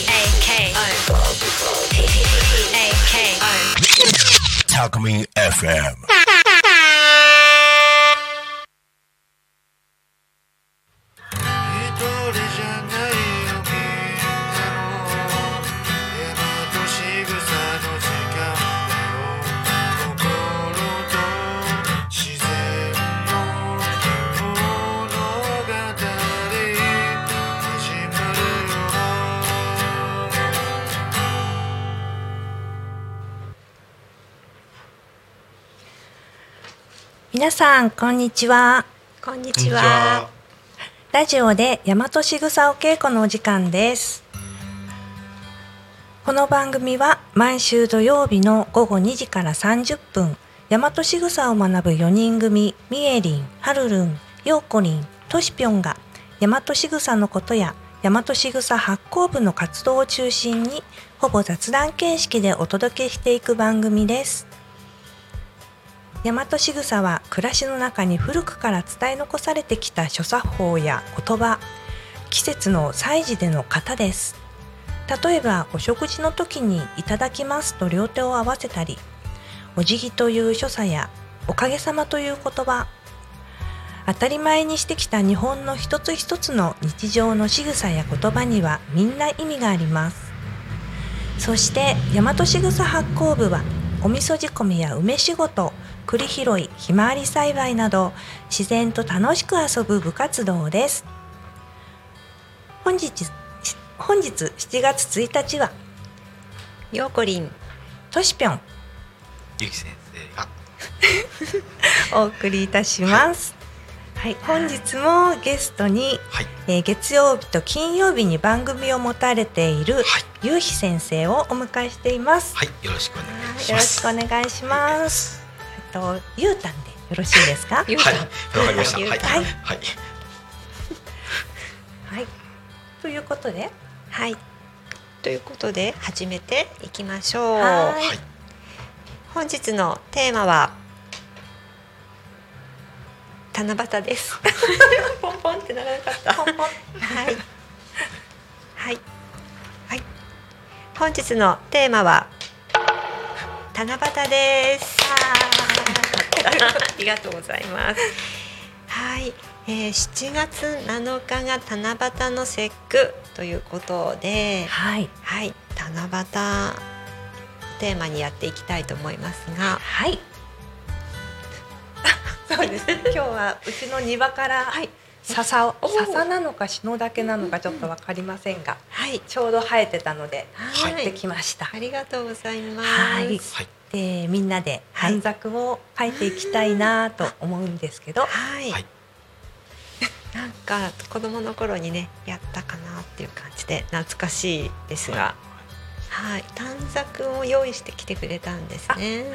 Talkme FM。 皆さんこんにちは。 こんにちは。 ラジオで大和しぐさお稽古のお時間です。この番組は毎週土曜日の午後2時から30分、大和しぐさを学ぶ4人組みえりん、はるるん、ようこりん、としぴょんが大和しぐさのことや大和しぐさ発行部の活動を中心にほぼ雑談形式でお届けしていく番組です。大和しぐさは暮らしの中に古くから伝え残されてきた諸作法や言葉、季節の祭事での型です。例えばお食事の時にいただきますと両手を合わせたり、お辞儀という所作やおかげさまという言葉、当たり前にしてきた日本の一つ一つの日常の仕草や言葉にはみんな意味があります。そして大和しぐさ発行部はお味噌仕込みや梅仕事、栗拾い、ひまわり栽培など自然と楽しく遊ぶ部活動です。本日7月1日はようこりん、 としぴょん、 ゆき先生がお送りいたします。はい、本日もゲストに、月曜日と金曜日に番組を持たれている、ゆうひ先生をお迎えしています。 はい、よろしくお願いします。 よろしくお願いします。ゆうたんでよろしいですか？ はい、わかりました。はい、 ということで、 始めていきましょう。本日のテーマは七夕です。ポンポンってならなかった。ポンポン。はい。本日のテーマは七夕です。ありがとうございます。はい、7月7日が七夕の節句ということで、七夕テーマにやっていきたいと思いますが、 そうです。今日はうちの庭から笹なのか篠竹なのかちょっとわかりませんが、ちょうど生えてたので買ってきました。 ありがとうございます。 みんなで短冊を書いていきたいなと思うんですけど、 なんか子供の頃にねやったかなっていう感じで懐かしいですが、短冊を用意してきてくれたんですね。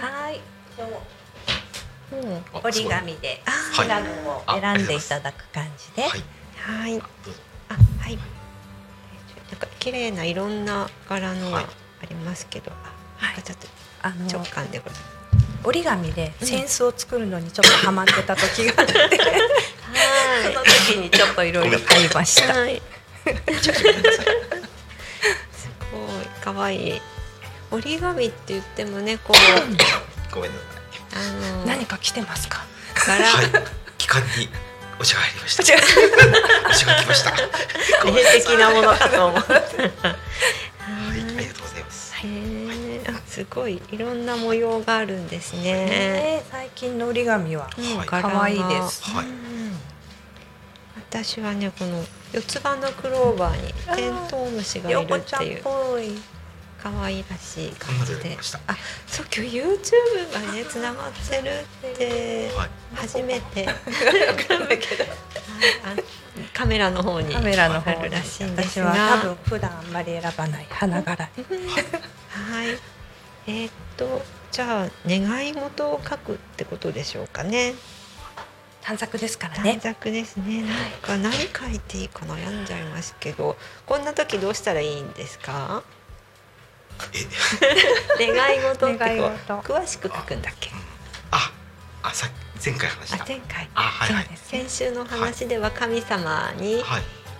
折り紙で好きなのを選んでいただく感じで、なんか綺麗ないろんな柄のがありますけど、なんかちょっと直感でこれ折り紙で扇子を作るのにちょっとハマってた時があって、その時にちょっといろいろ買いました。すごい可愛い折り紙って言ってもね、こうごめんなさい。 何か来てますか？ 期間にお茶が入りました。お茶が来ました。 霊的なものかと思う。 ありがとうございます。 すごいいろんな模様があるんですね。 最近の折り紙は可愛いです。 私はね、この四つ葉のクローバーにテントウムシがいるっていう可愛らしい感じで、そう今日 YouTube がねつながってるって初めてカメラの方にあるらしいんですが、 私は多分普段あんまり選ばない花柄でじゃあ願い事を書くってことでしょうかね。 短冊ですからね。 短冊ですね。なんか何書いていいか悩んじゃいますけど、こんな時どうしたらいいんですか？願い事って詳しく書くんだっけ？ 前回話した。 前回。先週の話では神様に、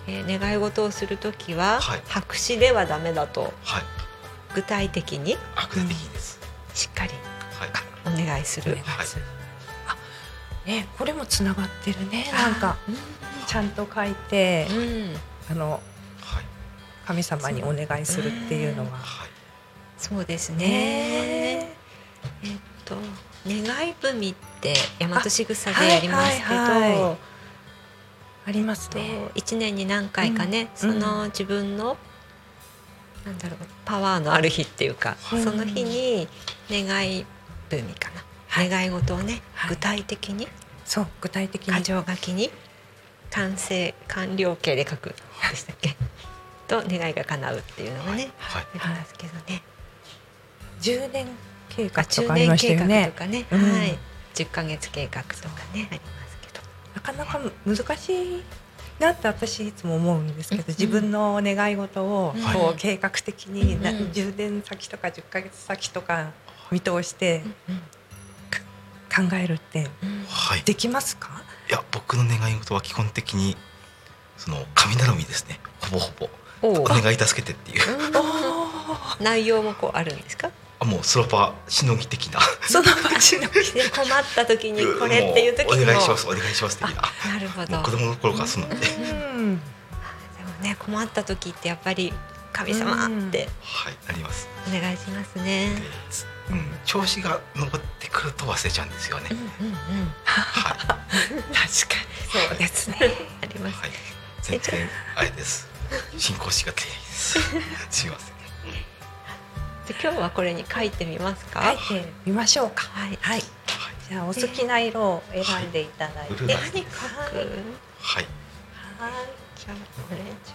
願い事をするときは、 はい白紙ではダメだと、 はい。 具体的に具体的です。 しっかりはい。 お願いする。 お願いする。あ、ね、これもつながってるね。なんかちゃんと書いて、 はい。 神様にお願いするっていうのは。 はい。 そうですねね。願い文って大和しぐさでやりますけど、 はいはいはい、ありますね。 1年に何回かね、その自分のなんだろう、パワーのある日っていうか、その日に願い文かな、願い事をね、具体的に、 そう、具体的に箇条書きに完了形で書くでしたっけと願いが叶うっていうのがね、 はい。 ありますけどね。 10年計画と 10 かありま年計画したよねと。かね、 うんはい、10ヶ月計画とかねありますけど、 なかなか難しいなって私いつも思うんですけど、自分の願い事をこう計画的に10年先とか10ヶ月先とか見通して考えるってできますか？ いや、僕の願い事は基本的にその神頼みですね。ほぼほぼお願い助けてっていう内容もこうあるんですか？ もうその場しのぎ的な、 その場しのぎで困った時にこれっていう時にもお願いしますお願いします的な。 なるほど。 もう子供の頃からそうなんで、 でもね、困った時ってやっぱり神様ってはい、あります。 お願いしますね。 調子が上ってくると忘れちゃうんですよね。はい、 確かにそうですね。 あります。 はい、全然あれです。進行しがたいです。すいません。 今日はこれに書いてみますか？ 書いてみましょうか。 はい。 はい。じゃあお好きな色を選んでいただいて、 何書く？ はい。 はい。 じゃあオレンジ。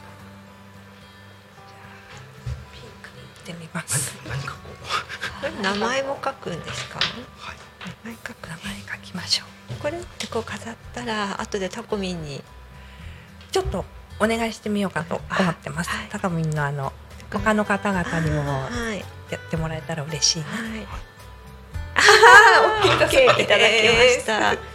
ピンクにいってみます。 何かこう。 名前も書くんですか？ はい。 名前書く。 名前書きましょう。 これってこう飾ったら後でタコミンにちょっとお願いしてみようかと思ってます。タコミンの他の方々にもやってもらえたら嬉しいな。 オッケーいただきました。そっか。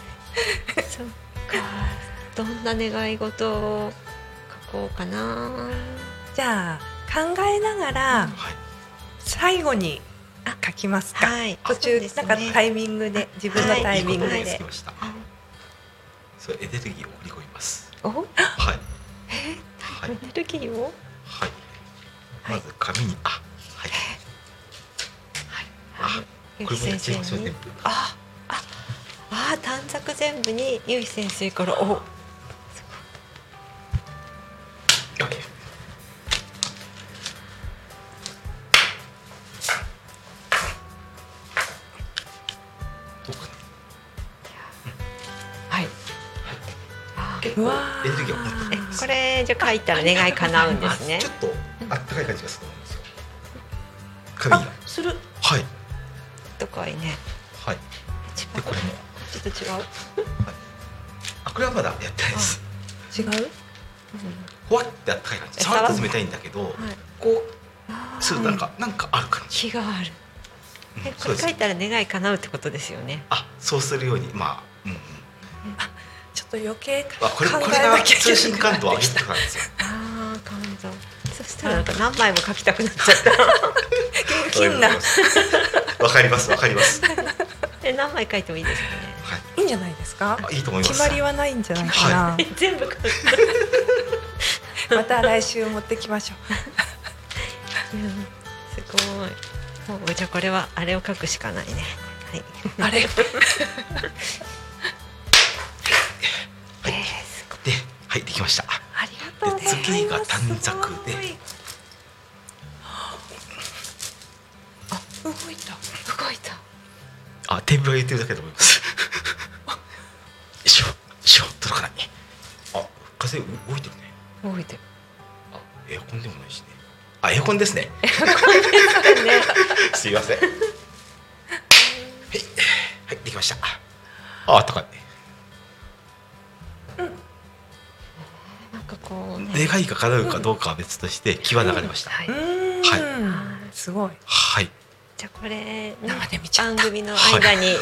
どんな願い事を書こうかな。 じゃあ考えながら最後に書きますか。途中なんかタイミングで自分のタイミングで。 それエネルギーを振り込みます。 お？ はい。 エネルギーを？ はい。まず紙にはい。これもやっちゃいますよね。 短冊全部にゆい先生からお。 オッケー。どうかな。 はい。 結構エネルギーを持ってます。 これじゃ書いたら願い叶うんですね。 ちょっとあったかい感じがすると思うんですよ。紙が。 する。 はい。 とかいね。 はい。でこれもちょっと違う。はい。 これはまだやってないです。 違う？ ほわってあったかい感じ。触ると冷たいんだけど、こうするなんかある感じ。 気がある。これ書いたら願い叶うってことですよね。 そうするようにちょっと余計これが通信感度を上げてたんですよ。 感動。そしたらなんか何枚も書きたくなっちゃった。 金な。 わかります。 何枚書いてもいいですかね。 いいんじゃないですか。 いいと思います。 決まりはないんじゃないかな。 全部書く。 また来週持ってきましょう。 すごい。もうじゃあこれはあれを書くしかないね。はい。あれ。で、 はいできました。 ありがとうございます。 次が短冊で。 動いた。 天秤が言ってるだけだと思います。届かない。風動いてるね。 動いてる。 エアコンでもないしね。エアコンですね。すいません。はい、できました。暖かい。 なんかこう願いが叶うかどうかは別として気は流れました。はい。 すごい。 はい。 じゃあこれ番組の間に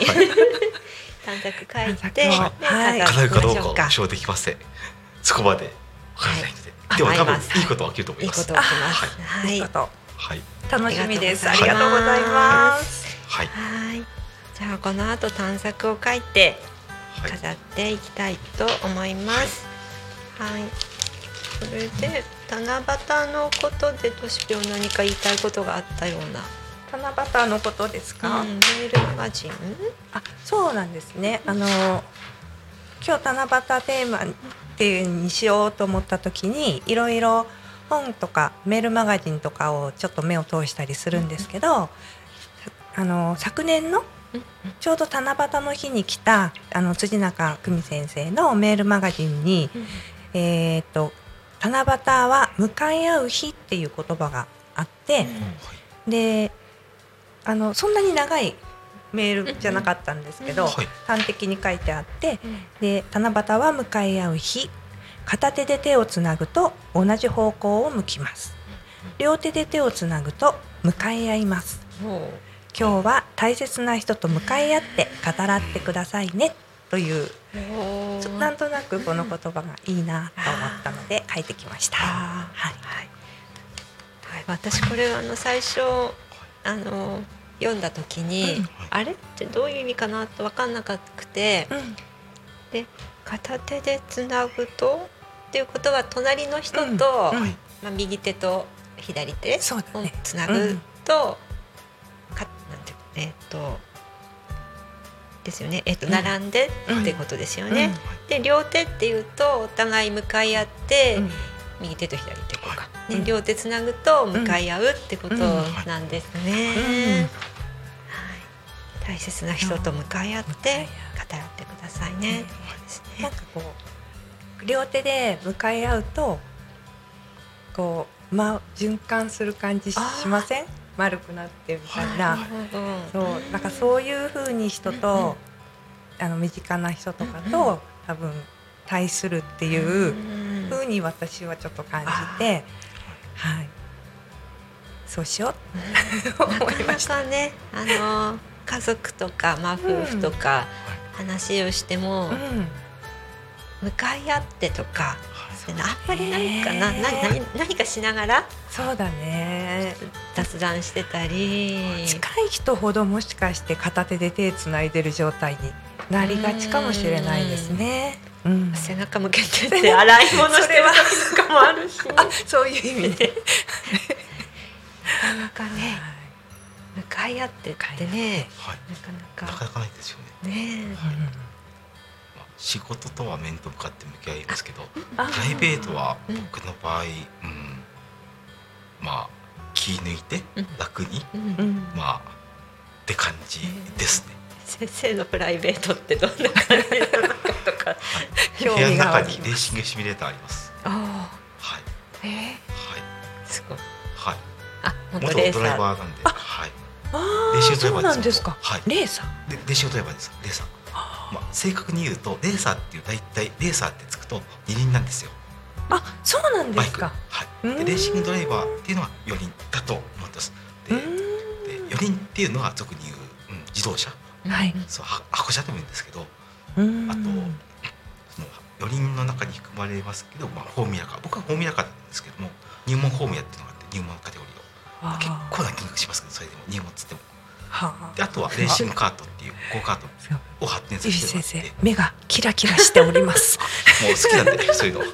短冊書いて叶うかどうかを保証できません。そこまでかりないので、 はいでも多分会いますいいことは起きると思います。 いいこと起きます。はいいいことはい楽しみです。あありりがとうごがとうございざいま。 ますはいはい。じゃあこの後短冊を書いてはい飾っていきたいと思います。はい。それで七夕のことでとしぴょん何か言いたいことがあったような。 七夕のことですか？ メールマガジン。 あ、そうなんですね。今日七夕テーマっていうにしようと思った時にいろいろ本とかメールマガジンとかをちょっと目を通したりするんですけど、昨年のちょうど七夕の日に来た辻中久美先生のメールマガジンに、七夕は向かい合う日っていう言葉があって、でそんなに長いメールじゃなかったんですけど、 はい端的に書いてあって、で七夕は向かい合う日、片手で手をつなぐと同じ方向を向きます。両手で手をつなぐと向かい合います。今日は大切な人と向かい合って語らってくださいねという、なんとなくこの言葉がいいなと思ったので書いてきました。はいはい、私これ最初読んだ時に、あれってどういう意味かなと分かんなくて、で片手でつなぐとっていうことは隣の人と、まあ、右手と左手をつなぐと、ですよね、並んでってことですよね。で両手っていうとお互い向かい合って、右手と左手とか、ね、両手つなぐと向かい合うってことなんですね。大切な人と向かい合って語らってくださいね。 なんかこう両手で向かい合うとこう、循環する感じしません？丸くなってみたいな。そうなんかそういう風に人と、身近な人とかと、多分対するっていう風に私はちょっと感じて、はい、そうしようと思いました。 なかなかね、家族とか、夫婦とか話をしても、向かい合ってとかあんまりないかな。何かしながらそうだね、 雑談してたり、 近い人ほどもしかして片手で手つないでる状態になりがちかもしれないですね。 背中向けてって洗い物してる時とかもあるしそういう意味でなかなかね、向かい合ってってね、なかなかないですよね。仕事とは面と向かって向き合いますけど、プライベートは僕の場合、気抜いて楽に、って感じですね。 先生のプライベートってどんな感じなのかとか、 部屋の中にレーシングシミュレーターあります。 すごい。 元ドライバーなんで、レーシングドライバーです。そうなんですか。 レーサー。レーシングドライバーです。レーサー。正確に言うとレーサーっていう大体レーサーってつくと二輪なんですよ。 そうなんですか。 でレーシングドライバーっていうのは四輪だと思ってます。で四輪っていうのは俗に言う、自動車、そう箱車でもいいんですけど、あとその四輪の中に含まれますけど、フォーミュラカー、僕はフォーミュラカーなんですけども、入門フォーミュラっていうのがあって入門カテゴリーを結構な金額しますけど、それでも入門っつっても。であとはレーシングカートっていうゴーカートを発展させてもらって、 先生目がキラキラしておりますもう好きなんでそういうの、やっ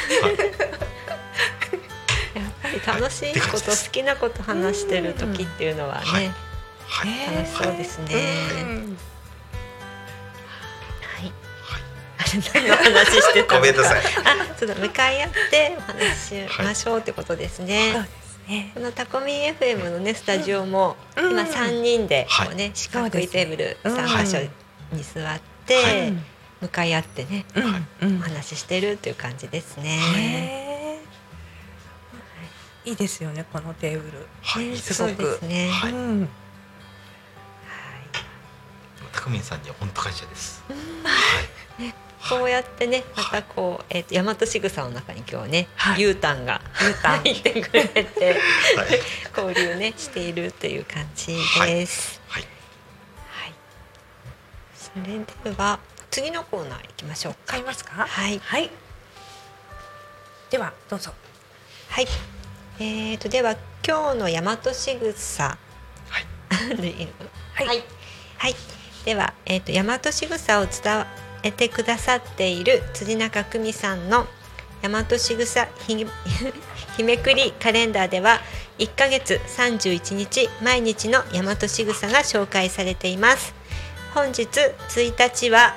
ぱり楽しいこと、好きなこと話してる時っていうのはね、楽しそうですね。何の話してたのか。 ごめんなさい。 そうだ、向かい合ってお話しましょうってことですね。このタコミン FM のねスタジオも今3人でこうね、四角いテーブル3箇所に座って向かい合ってね、お話ししてるっていう感じですね。 いいですよね、このテーブル。 すごくですね。 タコミンさんには本当感謝です。 こうやってね、またこう大和しぐさの中に今日ね、ゆうたんが入ってくれて交流ねしているという感じです。それでは次のコーナー行きましょうか。 買いますか。 はい。 ではどうぞ。 はい。では今日の大和しぐさ。 はい。 でいいの？ はい。 はい。はい。では大和しぐさを伝えてくださっている辻中久美さんの大和しぐさ日めくりカレンダーでは1ヶ月31日毎日の大和しぐさが紹介されています。本日1日は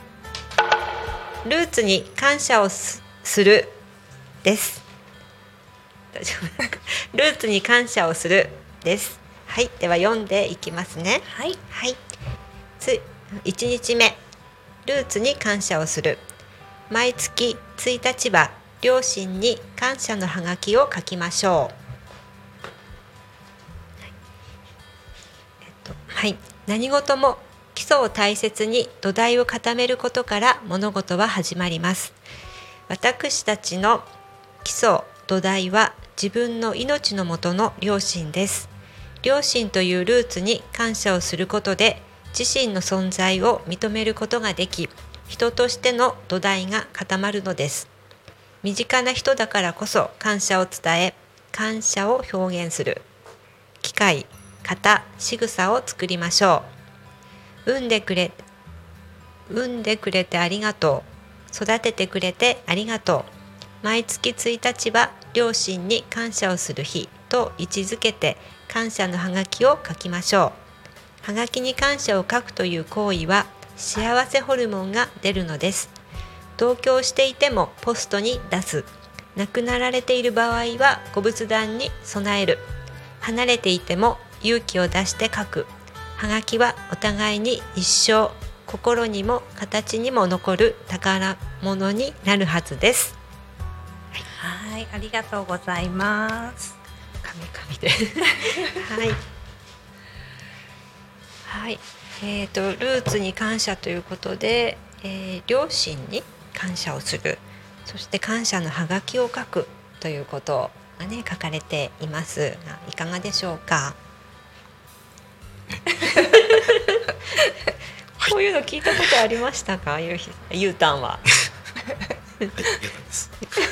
ルーツに感謝をするです。大丈夫ですか？ルーツに感謝をするです。はい、では読んでいきますね。 はい、 はい。1日目、ルーツに感謝をする。毎月1日は両親に感謝のハガキを書きましょう。はい、何事も基礎を大切に土台を固めることから物事は始まります。私たちの基礎土台は自分の命のもとの両親です。両親というルーツに感謝をすることで自身の存在を認めることができ、人としての土台が固まるのです。身近な人だからこそ感謝を伝え、感謝を表現する機会、型、仕草を作りましょう。産んでくれてありがとう。育ててくれてありがとう。毎月1日は両親に感謝をする日と位置づけて感謝のハガキを書きましょう。ハガキに感謝を書くという行為は幸せホルモンが出るのです。同居していてもポストに出す。亡くなられている場合はご仏壇に備える。離れていても勇気を出して書く。ハガキはお互いに一生心にも形にも残る宝物になるはずです。 はい、ありがとうございます。 神ではいはい、ルーツに感謝ということで、両親に感謝をする、そして感謝のハガキを書くということがね書かれていますが、いかがでしょうか？こういうの聞いたことありましたか？ゆうたんは。 はい、ゆうたんです。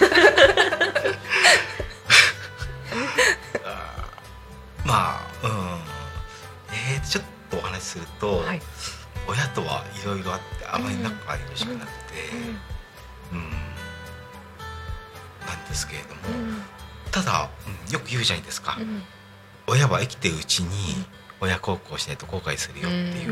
まあ、ちょっとお話しすると、はい、親とはいろいろあってあまり仲がよろしくなくて、なんですけれども、ただ、よく言うじゃないですか、親は生きてるうちに親孝行しないと後悔するよっていう、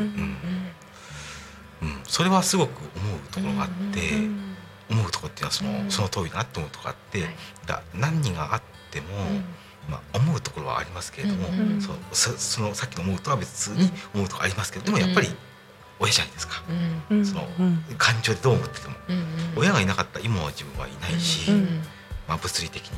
それはすごく思うところがあって、思うところっていうのはその通りだなと思うところがあって、何があっても、思うところはありますけれども、そのさっきの思うとは別に思うところありますけど、でもやっぱり親じゃないですか、その感情でどう思ってても、親がいなかったら今は自分はいないし、物理的に、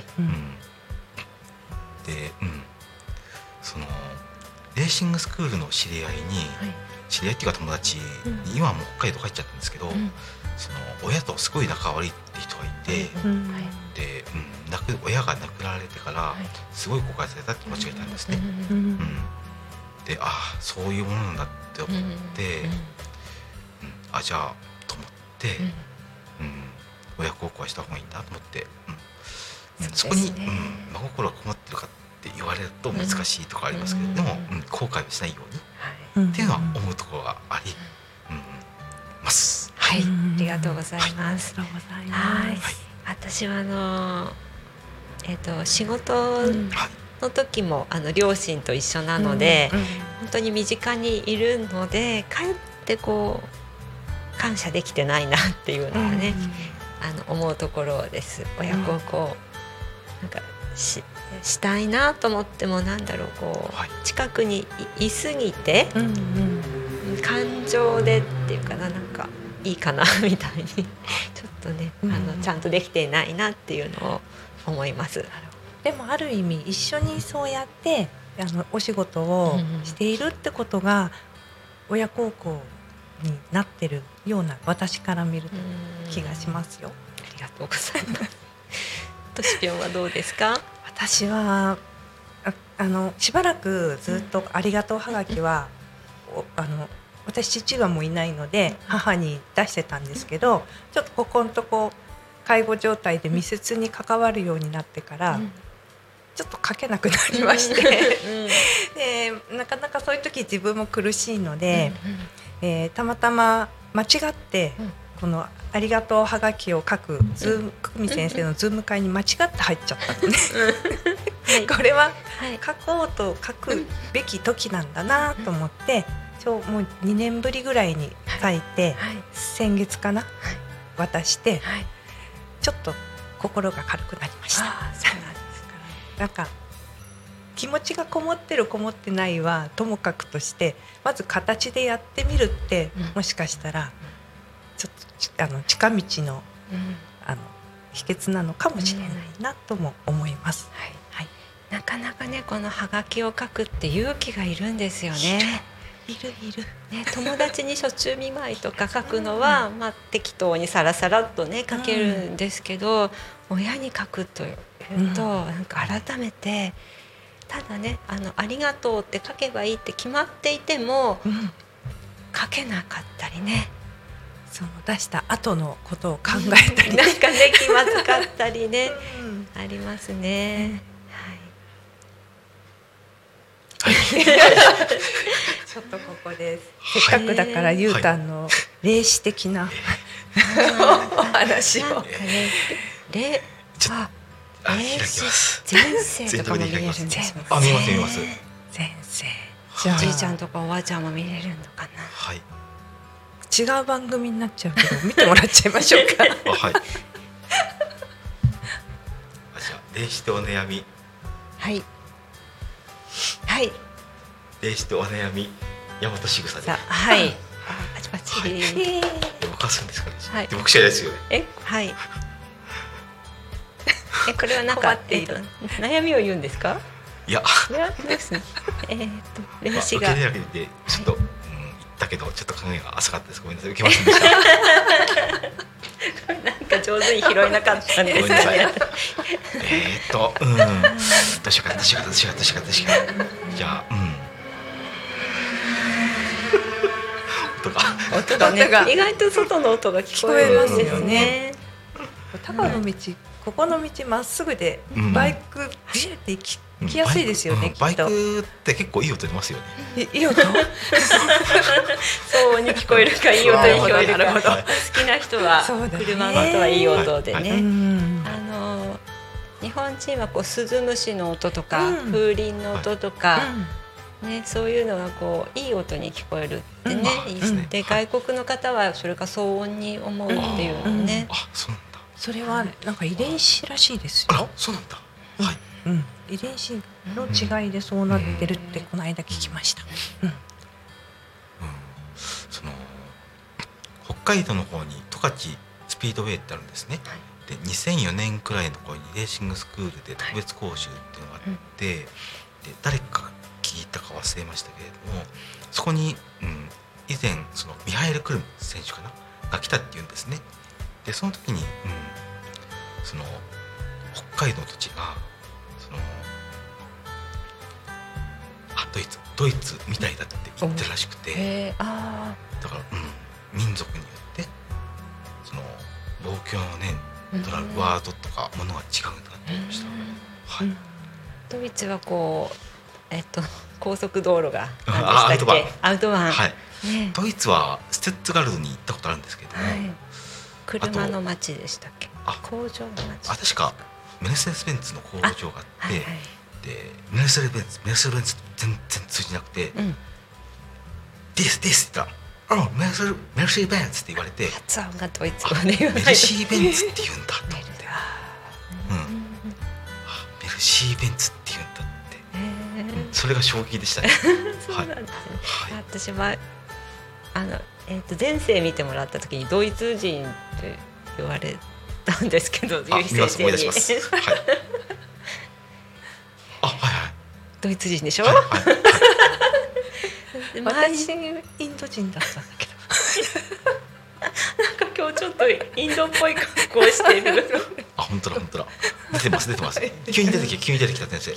で、そのレーシングスクールの知り合いっていうか友達に、今はもう北海道帰っちゃったんですけど、その親とすごい仲悪いって人がいて、で、親が亡くなられてからすごい後悔されたって友達がいたんですね。で、そういうものなんだって思って、じゃあと思って、親孝行はした方がいいんだと思って、そこに、真心がこもってるかって言われると難しいとかありますけど、でも、後悔をしないようにっていうのは思うところがあります。 はい、ありがとうございます。私は仕事の時も両親と一緒なので、本当に身近にいるので、かえってこう感謝できてないなっていうのはね、思うところです。親孝行なんかしたいなと思っても、近くにいすぎて、感情でっていうかなんかいいかなみたいにちょっとね、ちゃんとできてないなっていうのを思います。 でもある意味一緒にそうやってお仕事をしているってことが親孝行になってるような、私から見ると気がしますよ。 ありがとうございます。としぴょんはどうですか？ 私はしばらくずっとありがとうはがきは、私父がもういないので母に出してたんですけど、ちょっとここのとこ介護状態で密接に関わるようになってから、ちょっと書けなくなりましてでなかなかそういう時自分も苦しいので、たまたま間違ってこのありがとうはがきを書く久美先生のズーム会に間違って入っちゃったのねこれは書こうと書くべき時なんだなと思ってもう2年ぶりぐらいに書いて、先月かな、渡して、ちょっと心が軽くなりました。そうなんですか。なんか気持ちがこもってるこもってないはともかくとして、まず形でやってみるって、もしかしたらちょっと近道の、秘訣なのかもしれないなとも思います。 なかなかねこのハガキを書くって勇気がいるんですよね。 いる、 ね、友達に暑中見舞いとか書くのは、適当にさらさらっとね書けるんですけど、親に書くというと、なんか改めてただねありがとうって書けばいいって決まっていても、書けなかったりね、 その出した後のことを考えたり、 なんかね気まずかったりね、ありますね。 ちょっとここです。せっかくだからゆうたんの霊視的なお話を。 霊視前世とかも見れるんですよ。 見ます。 前世。 おじいちゃんとかおばあちゃんも見れるのかな。 違う番組になっちゃうけど見てもらっちゃいましょうか。 じゃあ霊視とお悩み。霊視とお悩み大和しぐさで。 パチパチ。 動かすんですかね。僕知らないですよね。 これはなんか悩みを言うんですか？ いやですね。霊視が受け入れてちょっと言ったけどちょっと考えが浅かったです。ごめんなさい、受けませんでした。 なんか上手に拾えなかったんですね。 どうしようか。じゃあ音がね、意外と外の音が聞こえますよね。 高野道、ここの道まっすぐでバイクビューって行きやすいですよね。 バイクって結構いい音出ますよね。 いい音？ 騒音に聞こえるかいい音に聞こえるか。好きな人は車の音はいい音でね。日本人はスズムシの音とか風鈴の音とか。そういうのがいい音に聞こえるってね、で外国の方はそれが騒音に思うっていうのね。 それはなんか遺伝子らしいですよ。 そうなんだ。 遺伝子の違いでそうなってるってこの間聞きました。 その北海道の方に十勝スピードウェイってあるんですね。で2004年くらいの頃にレーシングスクールで特別講習っていうのがあって、で誰か聞いたか忘れましたけれども、そこに、以前そのミハエル・クルム選手かなが来たっていうんですね。でその時に、その北海道の土地がそのドイツみたいだって言ってるらしくて、だから、民族によってその望郷のねワードとかものが違うんだって言いました。 ドイツは高速道路が何でしたっけ？アウトバーン。 ドイツはステッツガルドに行ったことあるんですけども、 車の街でしたっけ？工場の街。 確かメルセデス・ベンツの工場があって、でメルセデス・ベンツ全然通じなくて、ですって言ったら、メルシー・ベンツって言われて、 発音がドイツ語で言わない。 メルシー・ベンツって言うんだと思って、メルシー・ベンツって言うんだって、それが衝撃でしたね。 そうなんですね。私は前世見てもらった時にドイツ人って言われたんですけど、 思い出します。 ドイツ人でしょ？ 私インド人だったんだけど、 なんか今日ちょっとインドっぽい格好してる。 本当だ出てます急に出てきた先生。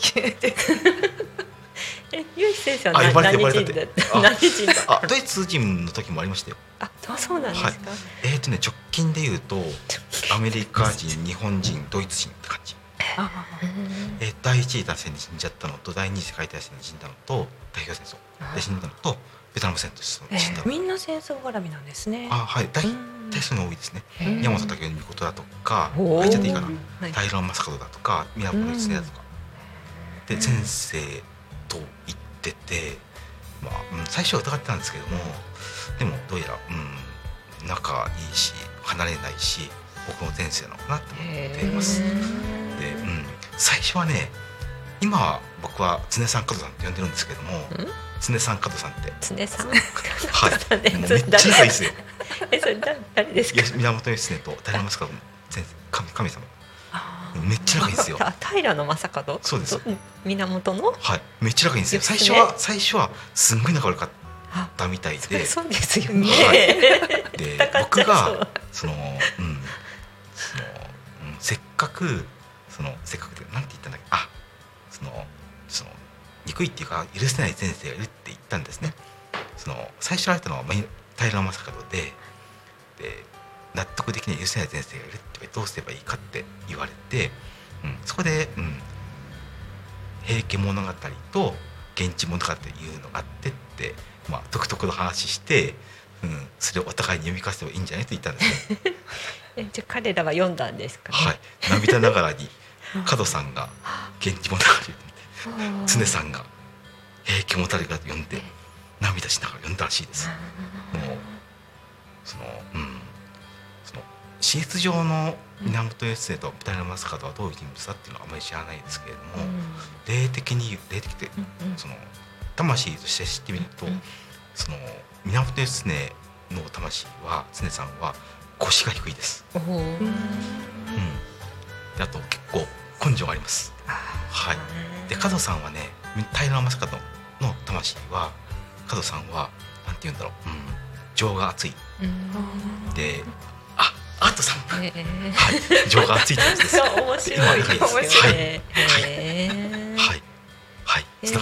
ゆい先生は何人だ？ ドイツ人の時もありましたよ。 そうなんですか。 直近でいうとアメリカ人、日本人、ドイツ人って感じ。第一次大戦で死んじゃったのと、第二次世界大戦で死んだのと、太平洋戦争で死んだのと、ベトナム戦争で死んだの。 みんな戦争絡みなんですね。 はい、大体そういうの多いですね。大和武尊だとか、言っちゃっていいかな、平将門だとか、源義経だとかで前世と言ってて、最初は疑ってたんですけども、でもどうやら、仲いいし離れないし、僕の前世なのかなと思っています。で、最初はね、今は僕は常さん加藤さんって呼んでるんですけども、常さん加藤さんって常さん、 はい、もうめっちゃ仲いいですよ。 それ誰ですか？ 源義経と平将門の神様、めっちゃ仲いいですよ。 平将門、 そうです。 源の、 はい、めっちゃ仲いいんですよ。最初はすんごい仲悪かったみたいで、 そうですよね。 で、僕がせっかくってなんて言ったんだっけ、憎いっていうか許せない前世がいるって言ったんですね。最初会えたのは平将門で、納得できない許せない前世がいるってどうすればいいかって言われて、そこで、平家物語と源氏物語っていうのがあってって、独特の話して、それをお互いに読み交わせばいいんじゃないと言ったんですね。 じゃあ彼らは読んだんですかね。 はい、涙ながらに加藤さんが源氏物語を読んで、常さんが平家物語を読んで涙しながら読んだらしいです。もう史実上の源義経と平将門はどういう人物だっていうのはあまり知らないですけれども、霊的って魂として知ってみると、源義経の魂は、常さんは腰が低いです。あと結構根性があります。はい。で、加藤さんはね、平将門の魂は、加藤さんはなんて言うんだろう、情が熱い。で、あと3分。はい、情が熱いってやつです。 面白いですよね。 はい。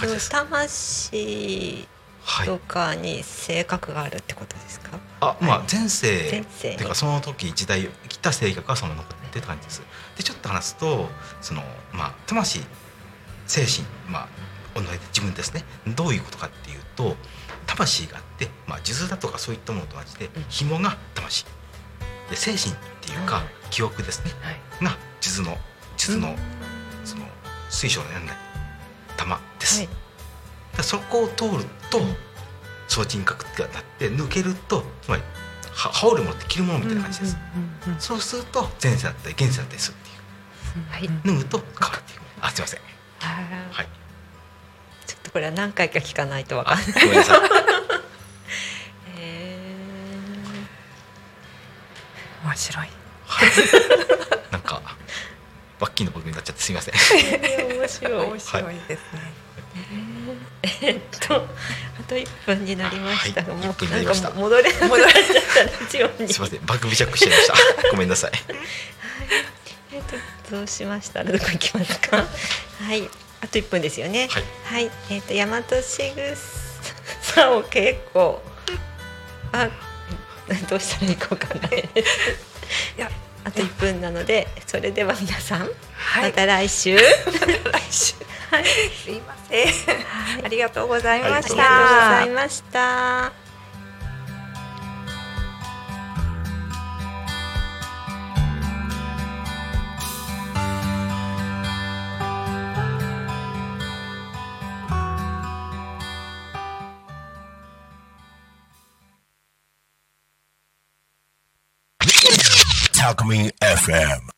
魂とかに性格があるってことですか？ 前世っていうか、その時時代生きた性格がその残ってって感じです。で、ちょっと話すと、魂、精神、自分ですね。どういうことかっていうと、魂があって、数珠だとかそういったものと同じで、紐が魂で、精神っていうか記憶ですね、が数珠の水晶のような玉です。そこを通ると総人格ってなって、抜けると、つまり羽織るものって着るものみたいな感じです。そうすると前世だったり現世だったりするっていう、脱ぐと変わるっていう。すいません。はい。 ちょっとこれは何回か聞かないとわかんない。 ごめんなさい。 面白い。 なんかバッキーの僕になっちゃってすみません。 面白いですね。 あと1分になりましたが、もうなんか戻れなくなっちゃったラジオに。 すみません、バグビジャックしちゃいました。ごめんなさい。 どうしましたらどこ行きますか？はい、あと1分ですよね。はい。大和しぐさを結構どうしたらいいかわかんないです。あと1分なので、それでは皆さん、また来週。 はい、すいません。ありがとうございました。 ありがとうございました。 Talk Me FM